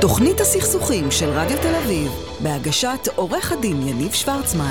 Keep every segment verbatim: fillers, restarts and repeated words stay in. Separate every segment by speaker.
Speaker 1: תוכנית הסכסוכים של רדיו תל אביב, בהגשת עורך הדין יניב שוורצמן.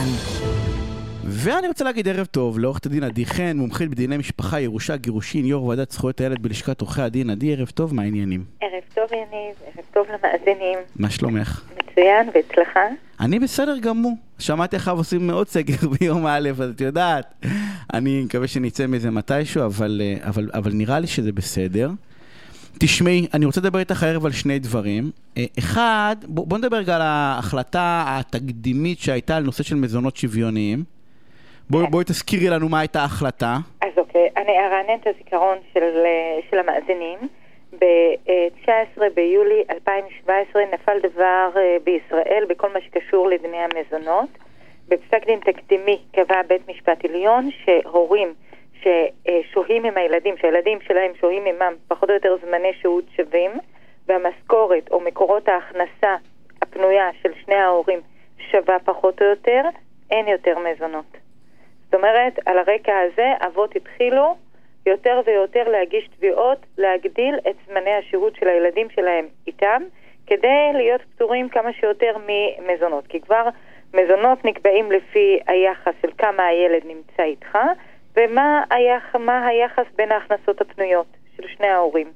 Speaker 2: ואני רוצה להגיד ערב טוב לעורכת הדין עדי חן, מומחית בדיני משפחה, ירושה, גירושין, יו"ר ועדת זכויות הילד בלשכת עורכי הדין. עדי, ערב טוב, מה העניינים?
Speaker 3: ערב טוב יניב, ערב טוב למאזינים.
Speaker 2: מה שלומך?
Speaker 3: מצוין, והצלחה?
Speaker 2: אני בסדר גמור. שמעתי אחר עושים מאוד סגר ביום א', אז את יודעת. אני מקווה שנצא מזה מתישהו, אבל, אבל, אבל נראה לי שזה בסדר. תשמעי, אני רוצה לדבר איתך הערב על שני דברים. אחד, בוא, בוא נדבר על ההחלטה התקדימית שהייתה על נושא של מזונות שוויוניים. בואי, בואי תזכירי לנו מה הייתה ההחלטה.
Speaker 3: אז אוקיי, אני ארענן את הזיכרון של, של המאזינים. ב-תשעה עשר ביולי אלפיים שבע עשרה נפל דבר בישראל בכל מה שקשור לדיני המזונות. בפסק דין תקדימי קבע בית משפט עליון שהורים ששוהים עם הילדים, שהילדים שלהם שוהים עמם פחות או יותר זמני שהות שווים, והמשכורת או מקורות ההכנסה הפנויה של שני ההורים שווה פחות או יותר, אין יותר מזונות. זאת אומרת, על הרקע הזה אבות התחילו יותר ויותר להגיש תביעות, להגדיל את זמני השהות של הילדים שלהם איתם, כדי להיות פטורים כמה שיותר ממזונות. כי כבר מזונות נקבעים לפי היחס של כמה הילד נמצא איתך, ומה היח, מה היחס בין ההכנסות הפנויות של שני ההורים.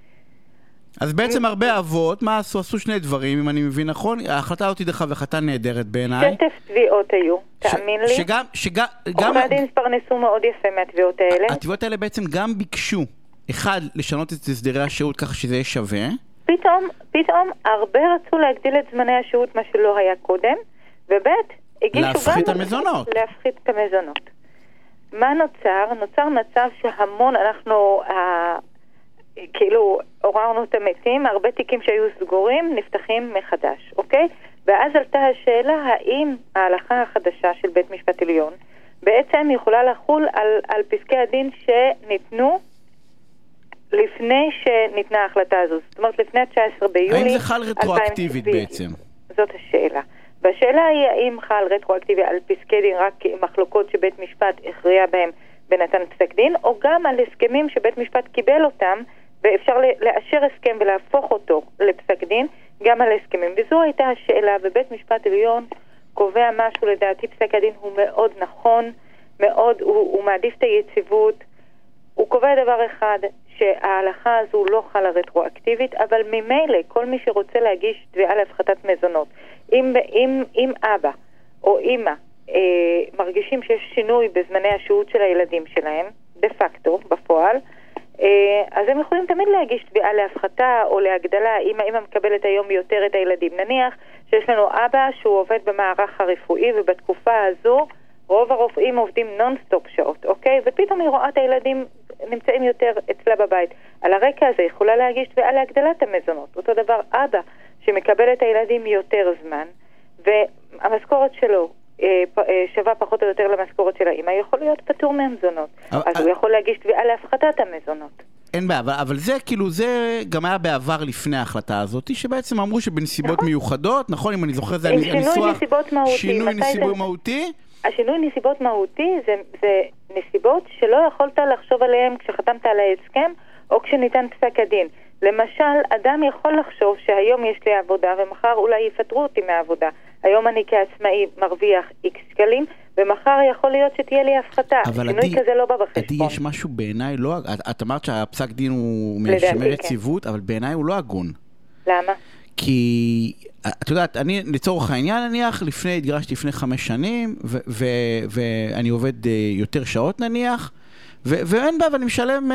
Speaker 2: אז בעצם הרבה אבות, מה עשו? עשו שני דברים, אם אני מבין נכון. ההחלטה אותי דרך והחלטה נהדרת בעיניי.
Speaker 3: שטף תביעות היו, תאמין לי.
Speaker 2: שגם, שגם, גם...
Speaker 3: עורכי הדין פרנסו מאוד יפה מהתביעות האלה.
Speaker 2: התביעות האלה בעצם גם ביקשו, אחד, לשנות את הסדרי השהות ככה שזה יהיה שווה.
Speaker 3: פתאום, פתאום הרבה רצו להגדיל את זמני השהות, מה שלא היה קודם, ובית, הגישו גם...
Speaker 2: להפחית המזונות.
Speaker 3: להפחית את המזונות. מה נוצר? נוצר מצב שהמון, אנחנו ה... כאילו עוררנו את המתים, הרבה תיקים שהיו סגורים נפתחים מחדש, אוקיי? ואז עלתה השאלה האם ההלכה החדשה של בית משפט עליון בעצם יכולה לחול על, על פסקי הדין שניתנו לפני שניתנה ההחלטה הזו, זאת אומרת לפני תשעה עשר ביולי.
Speaker 2: האם זה חל רטרואקטיבית בעצם?
Speaker 3: זאת השאלה. והשאלה היא האם חל רטרואקטיבי על פסקי דין רק מחלוקות שבית משפט הכריע בהם ונתן פסק דין, או גם על הסכמים שבית משפט קיבל אותם, ואפשר לאשר הסכם ולהפוך אותו לפסק דין, גם על הסכמים. וזו הייתה השאלה, ובית משפט עליון קובע משהו, לדעתי פסק הדין הוא מאוד נכון, מאוד, הוא, הוא מעדיף את היציבות, הוא קובע דבר אחד, שההלכה הזו לא חלה רטרואקטיבית, אבל ממילא כל מי שרוצה להגיש תביעה להפחתת מזונות, אם, אם, אם אבא או אמא אה, מרגישים שיש שינוי בזמני השהות של הילדים שלהם, דה פקטו, בפועל, אה, אז הם יכולים תמיד להגיש תביעה להפחתה או להגדלה, אם האמא מקבלת היום יותר את הילדים. נניח שיש לנו אבא שהוא עובד במערך הרפואי, ובתקופה הזו רוב הרופאים עובדים נונסטופ שעות, אוקיי? ופתאום היא רואה את הילדים נמצאים יותר אצלה בבית. על הרקע הזה יכולה להגיש תביעה להגדלת המזונות. אותו דבר אבא שמקבל את הילדים יותר זמן, והמשכורת שלו אה, אה, שווה פחות או יותר למשכורת של האמא, יכול להיות פטור מהמזונות. אז
Speaker 2: אבל...
Speaker 3: הוא יכול להגיש תביעה להפחתת המזונות.
Speaker 2: אין בעיה, אבל, אבל זה כאילו, זה גם היה בעבר לפני ההחלטה הזאת, שבעצם אמרו שבנסיבות נכון. מיוחדות, נכון, אם אני זוכר, זה
Speaker 3: הניסוח... שינוי נסיבות מהותי.
Speaker 2: שינוי נסיבות זה... מהותי?
Speaker 3: השינוי נסיבות מהותי זה, זה נסיבות שלא יכולת לחשוב עליהן כשחתמת על ההסכם או כשניתן פסק הדין. למשל, אדם יכול לחשוב שהיום יש לי עבודה ומחר אולי יפטרו אותי מהעבודה. היום אני כעצמאי מרוויח איקס שקלים, ומחר יכול להיות שתהיה לי הפחתה. שינוי כזה לא בא בחשבון.
Speaker 2: עדי, יש משהו בעיניי לא... את, את אמרת שהפסק דין הוא משמר יציבות, כן. אבל בעיניי הוא לא הגון.
Speaker 3: למה?
Speaker 2: כי, את יודעת, אני לצורך העניין נניח, לפני, התגרשתי לפני חמש שנים, ו- ו- ואני עובד יותר שעות נניח, ו- ואין בה, ואני משלם,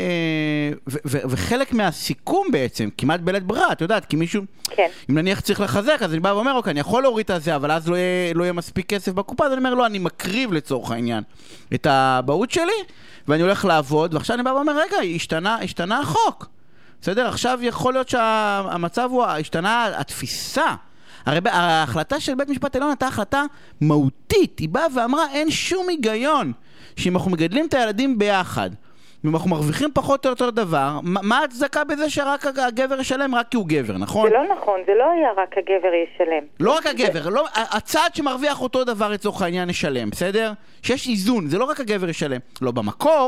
Speaker 2: ו- ו- וחלק מהסיכום בעצם, כמעט בלית ברירה, את יודעת, כי מישהו,
Speaker 3: כן.
Speaker 2: אם נניח צריך לחזק, אז אני בא ואומר, אוקיי, אני יכול להוריד את זה, אבל אז לא יהיה, לא יהיה מספיק כסף בקופה, אז אני אומר, לא, אני מקריב לצורך העניין את הבאות שלי, ואני הולך לעבוד, ועכשיו אני בא ואומר, רגע, השתנה, השתנה החוק. בסדר? עכשיו יכול להיות שהמצב הוא, השתנה התפיסה. הרי ההחלטה של בית משפט עליון הייתה החלטה מהותית. היא באה ואמרה, אין שום היגיון שאם אנחנו מגדלים את הילדים ביחד, ואם אנחנו מרוויחים פחות או יותר דבר, מה ההצדקה בזה שרק הגבר ישלם רק כי הוא גבר, נכון?
Speaker 3: זה לא נכון, זה לא היה רק הגבר ישלם.
Speaker 2: לא רק הגבר, לא, הצד שמרוויח אותו דבר לצורך העניין ישלם, בסדר? שיש איזון, זה לא רק הגבר ישלם. לא במקור,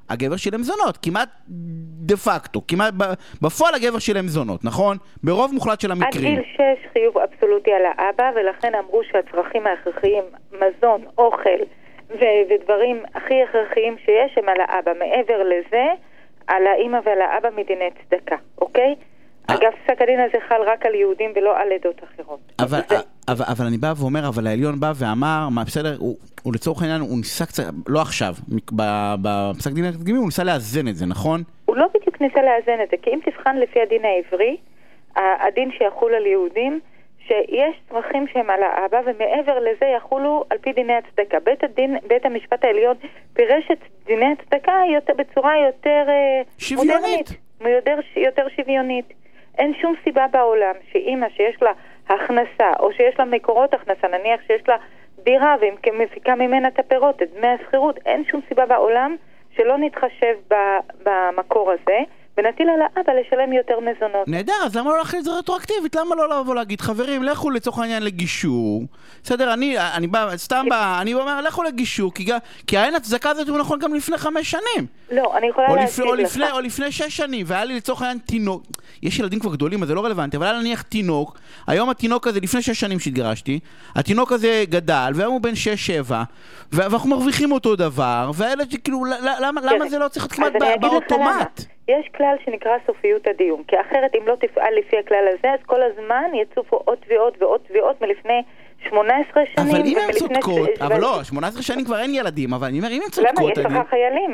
Speaker 2: הגבר שילם זונות, כמעט דה פקטו, כמעט בפועל הגבר שילם זונות, נכון? ברוב מוחלט של המקרים.
Speaker 3: עד גיל שש חיוב אבסולוטי על האבא, ולכן אמרו שהצרכים ההכרחיים, מזון, אוכל ו- ודברים הכי הכרחיים שיש הם על האבא. מעבר לזה, על האמא ועל האבא מדיני צדקה, אוקיי? אגב, פסק הדין הזה חל רק על יהודים ולא על עדות אחרות.
Speaker 2: אבל, אבל, אבל אני בא ואומר, אבל העליון בא ואמר, מה בסדר, הוא, הוא לצורך העניין, הוא ניסה קצת, לא עכשיו, בפסק דין הקדמי, הוא ניסה לאזן את זה, נכון? הוא
Speaker 3: לא בדיוק ניסה לאזן את זה, כי אם תבחן לפי הדין העברי, הדין שיחול על יהודים, שיש צרכים שהם על האבא, ומעבר לזה יחולו על פי דיני הצדקה. בית הדין, בית המשפט העליון פירש את דיני הצדקה יותר, בצורה יותר
Speaker 2: שוויונית.
Speaker 3: מודרנית, יותר, יותר שוויונית. אין שום סיבה בעולם שאימא שיש לה הכנסה, או שיש לה מקורות הכנסה, נניח שיש לה דירה והיא מפיקה ממנה את הפירות, את דמי השכירות, אין שום סיבה בעולם שלא נתחשב במקור הזה, ונטיל על האבא לשלם יותר מזונות.
Speaker 2: נהדר, אז למה לא להכניס את זה רטרואקטיבית? למה לא לבוא להגיד, חברים, לכו לצורך העניין לגישור. בסדר, אני, אני בא, סתם בא, אני אומר, לכו לגישור, כי, כי העין הצדקה הזאת הוא נכון גם לפני חמש שנים.
Speaker 3: לא, אני יכולה להגיד לך.
Speaker 2: או לפני, או לפני שש שנים, והיה לי לצורך העניין תינוק, יש ילדים כבר גדולים, אז זה לא רלוונטי, אבל היה נניח תינוק, היום התינוק הזה, לפני שש שנים שהתגרשתי, התינוק הזה גדל, והיום הוא בן שש שבע, ואנחנו מרוויחים אותו דבר, והילד שכאילו, למה, למה זה לא צריך להיות כמעט באוטומט?
Speaker 3: יש כלל שנקרא סופיות הדיון, כי אחרת אם לא תפעל לפי הכלל הזה, אז כל הזמן יצופו עוד תביעות ועוד תביעות מלפני שמונה עשרה שנים.
Speaker 2: אבל אם הן צודקות, אבל לא, שמונה עשרה שנים כבר אין ילדים, אבל אני אומר, אם הן צודקות...
Speaker 3: למה? יש לך חיילים.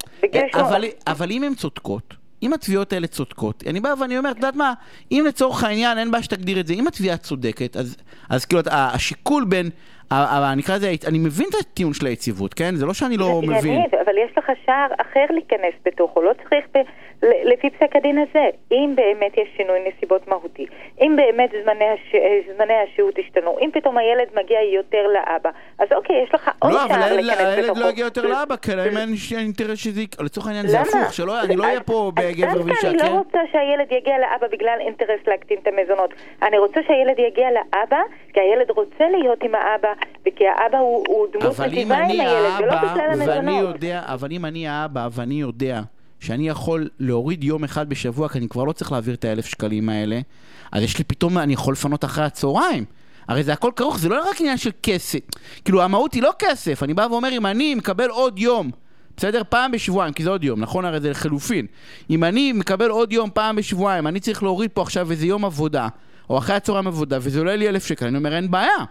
Speaker 2: אבל אם הן צודקות, אם התביעות האלה צודקות, אני בא ואני אומר, אתה יודעת מה, אם לצורך העניין, אין בעיה שתגדיר את זה, אם התביעה צודקת, אז כאילו, השיקול בין... אני אקרא לזה, אני מבין את הטיעון של היציבות, כן? זה לא שאני לא מבין.
Speaker 3: אבל יש לך שער אחר להיכנס בתוכו, לא צריך לפי פסק הדין הזה. אם באמת יש שינוי נסיבות מהותי, אם באמת זמני השהות השתנו, אם פתאום הילד מגיע יותר לאבא, אז אוקיי, יש לך עוד שער להיכנס בתוכו.
Speaker 2: לא, אבל הילד לא יגיע יותר לאבא, כי אם אין אינטרס שזה... לצורך העניין זה הפוך, שאני לא אהיה פה בגבר ואישה, כן?
Speaker 3: אני לא רוצה שהילד יגיע לאבא בגלל אינטרס להקטין את המזונות. אני רוצה שהילד יגיע לאבא, כי הילד רוצה להיות עם האבא, וכי האבא הוא, הוא דמות מטיבה עם הילד, ולא בגלל המזונות.
Speaker 2: אבל אם אני האבא ואני יודע שאני יכול להוריד יום אחד בשבוע, כי אני כבר לא צריך להעביר את האלף שקלים האלה, אז יש לי פתאום, אני יכול לפנות אחרי הצהריים. הרי זה הכל כרוך, זה לא רק עניין של כסף. כאילו, המהות היא לא כסף. אני בא ואומר, אם אני מקבל עוד יום, בסדר? פעם בשבועיים, כי זה עוד יום, נכון? הרי זה לחלופין. אם אני מקבל עוד יום פעם בשבועיים, אני צריך להוריד פה עכשיו איזה יום עבודה, או אחרי הצהריים עבודה, וזה עולה לי אלף שקל, אני אומר, אין בעיה.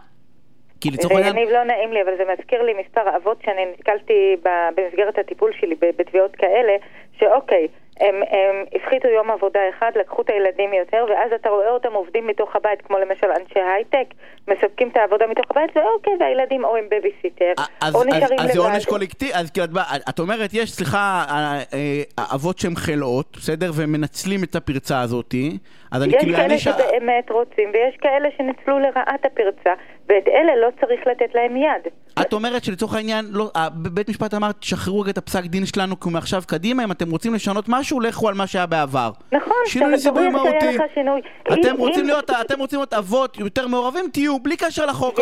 Speaker 3: זה יניב לא נעים לי, אבל זה מזכיר לי מספר אבות שאני נתקלתי במסגרת הטיפול שלי בתביעות כאלה, שאוקיי, הם, הם הפחיתו יום עבודה אחד, לקחו את הילדים יותר, ואז אתה רואה אותם עובדים מתוך הבית, כמו למשל אנשי הייטק, מספקים את העבודה מתוך הבית, ואוקיי, והילדים או עם בייביסיטר, או נשארים לבד.
Speaker 2: אז זה עונש קולקטיבי, אז את אומרת, יש, סליחה, אבות שהם חלאות, בסדר, והם מנצלים את הפרצה הזאת,
Speaker 3: יש כאלה שבאמת רוצים, ויש כאלה שניצלו לרעת הפרצה, ואת אלה לא צריך לתת להם יד.
Speaker 2: את אומרת שלצורך העניין, בית משפט אמר, תשחררו את הפסק דין שלנו, כי מעכשיו קדימה, אם אתם רוצים לשנות משהו, לכו על מה שהיה בעבר.
Speaker 3: נכון,
Speaker 2: שינוי סיבורי מהותי. אתם רוצים להיות, אתם רוצים להיות אבות יותר מעורבים, תהיו, בלי קשר לחוק.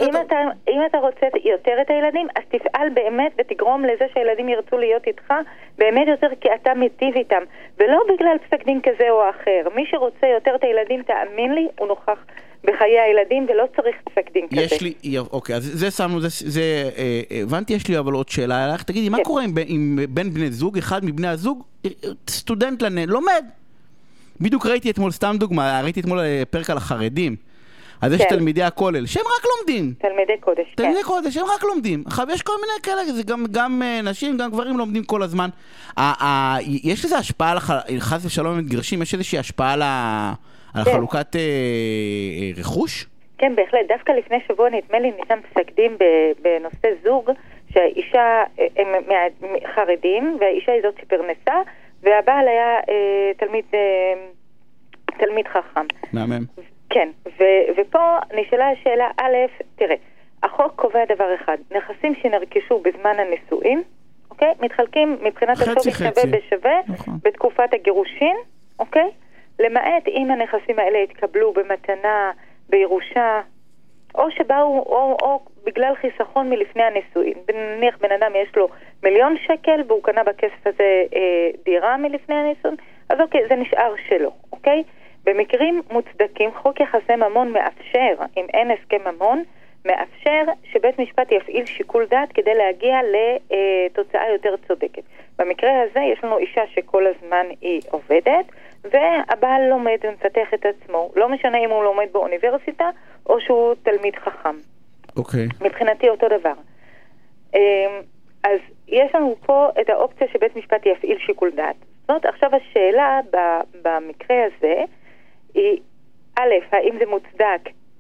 Speaker 3: אם אתה רוצה יותר את הילדים, אז תפעל באמת ותגרום לזה שהילדים ירצו להיות איתך, באמת יותר כי אתה מיטיב איתם, ולא בגלל פסק דין כזה או אחר. מי שרוצה יותר את הילדים, תאמין לי, הוא נוכח בחיי הילדים, ולא צריך פסק דין כזה.
Speaker 2: יש לי, אוקיי, אז זה שמנו, זה, הבנתי, יש לי אבל עוד שאלה עליך. תגידי, מה קורה עם בן בני זוג, אחד מבני הזוג, סטודנט לומד? בדיוק ראיתי אתמול, סתם דוגמה, ראיתי אתמול פרק על החרדים. אז יש תלמידי הכולל, שהם רק לומדים.
Speaker 3: תלמידי קודש, כן.
Speaker 2: תלמידי קודש, שהם רק לומדים. עכשיו, יש כל מיני כאלה, זה גם נשים, גם גברים לומדים כל הזמן. יש לזה השפעה על חס ושלום מתגרשים? יש איזושהי השפעה על חלוקת רכוש?
Speaker 3: כן, בהחלט. דווקא לפני שבוע נדמה לי ניתן פסק דין בנושא זוג, שהאישה הם חרדים, והאישה היא זאת שפרנסה, והבעל היה תלמיד תלמיד חכם.
Speaker 2: מהמם.
Speaker 3: כן, ו- ופה נשאלה השאלה, א', תראה, החוק קובע דבר אחד, נכסים שנרכשו בזמן הנישואין, אוקיי? מתחלקים מבחינת השווי שווה בשווה, נכון. בתקופת הגירושין, אוקיי? למעט אם הנכסים האלה התקבלו במתנה, בירושה, או שבאו, או, או בגלל חיסכון מלפני הנישואין. נניח בן אדם יש לו מיליון שקל והוא קנה בכסף הזה אה, דירה מלפני הנישואין, אז אוקיי, זה נשאר שלו, אוקיי? במקרים מוצדקים, חוק יחסי ממון מאפשר, אם אין הסכם ממון, מאפשר שבית משפט יפעיל שיקול דעת כדי להגיע לתוצאה יותר צודקת. במקרה הזה יש לנו אישה שכל הזמן היא עובדת, והבעל לומד ומפתח את עצמו. לא משנה אם הוא לומד באוניברסיטה או שהוא תלמיד חכם.
Speaker 2: אוקיי. Okay.
Speaker 3: מבחינתי אותו דבר. אז יש לנו פה את האופציה שבית משפט יפעיל שיקול דעת. זאת אומרת, עכשיו השאלה במקרה הזה היא, א', האם זה מוצדק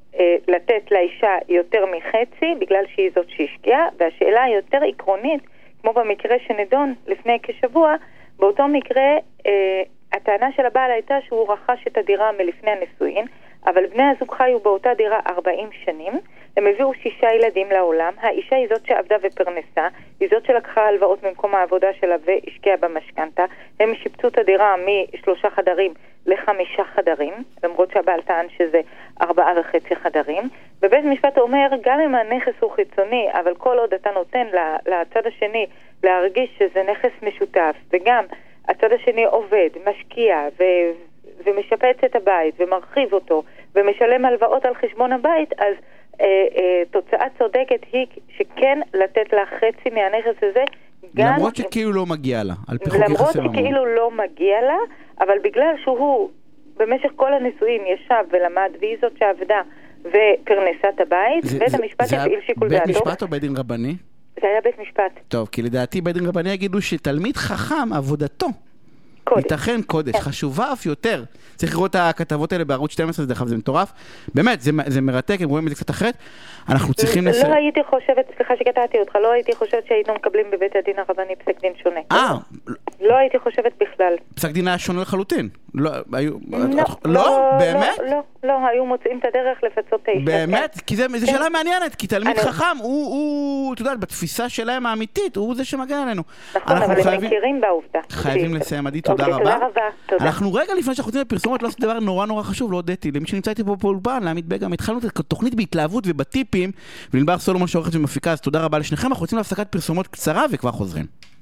Speaker 3: לתת לאישה יותר מחצי בגלל שהיא זאת שהשקיעה, והשאלה היותר עקרונית, כמו במקרה שנדון לפני כשבוע, באותו מקרה הטענה של הבעל הייתה שהוא רכש את הדירה מלפני הנישואין, אבל בני הזוג חיו באותה דירה ארבעים שנים, הם הביאו שישה ילדים לעולם, האישה היא זאת שעבדה ופרנסה, היא זאת שלקחה הלוואות ממקום העבודה שלה והשקיעה במשכנתה, הם שיפצו את הדירה משלושה חדרים לחמישה חדרים, למרות שהבעל טען שזה ארבעה וחצי חדרים, ובית משפט אומר, גם אם הנכס הוא חיצוני, אבל כל עוד אתה נותן לצד השני להרגיש שזה נכס משותף, וגם הצד השני עובד, משקיע ו... ומשפץ את הבית ומרחיב אותו ומשלם הלוואות על חשבון הבית, אז אה, אה, תוצאה צודקת היא שכן לתת לה חצי מהנכס הזה, גם
Speaker 2: למרות שכאילו לא מגיע לה, על פי חוק יחסי ממון.
Speaker 3: למרות שכאילו לא מגיע לה, אבל בגלל שהוא במשך כל הנישואין ישב ולמד, והיא זאת שעבדה ופרנסה את הבית, זה, בית זה, המשפט
Speaker 2: זה
Speaker 3: יפעיל שיקול דעתו.
Speaker 2: בית משפט או בית דין רבני?
Speaker 3: זה היה בית משפט.
Speaker 2: טוב, כי לדעתי בית דין רבני יגידו שתלמיד חכם עבודתו
Speaker 3: קודש.
Speaker 2: ייתכן קודש, חשובה אף יותר. צריך לראות את הכתבות האלה בערוץ שתים עשרה, זה דרך אגב, זה מטורף. באמת, זה, זה מרתק, הם רואים את זה קצת אחרת. אנחנו צריכים...
Speaker 3: לא
Speaker 2: לס...
Speaker 3: הייתי חושבת, סליחה שקטעתי אותך, לא הייתי חושבת שהיינו מקבלים בבית הדין הרבני פסק דין שונה.
Speaker 2: אה.
Speaker 3: לא הייתי חושבת בכלל.
Speaker 2: פסק דין היה שונה לחלוטין. לא, היו...
Speaker 3: לא,
Speaker 2: לא, באמת?
Speaker 3: לא, לא, היו מוצאים את הדרך לפצות את האישה.
Speaker 2: באמת? כי זו שאלה מעניינת, כי תלמיד חכם, הוא, אתה יודע, בתפיסה שלהם האמיתית, הוא זה שמגן עלינו.
Speaker 3: נכון, אבל הם מכירים בעובדה.
Speaker 2: חייבים לסיים, עדי, תודה רבה.
Speaker 3: תודה רבה, תודה.
Speaker 2: אנחנו רגע לפני שאנחנו רוצים לפרסומות, לא עושה דבר נורא נורא חשוב, לא הודיתי. למי שנמצא איתי פה באולפן, לעמית בגם, התחלנו את התוכנית בהתלהבות ובטיפים, ולנבר סולומון שעורכת ומפיקה, אז תודה רבה לשניכם. אנחנו רוצים להפסקת פרסומות קצרה וכבר חוזרים.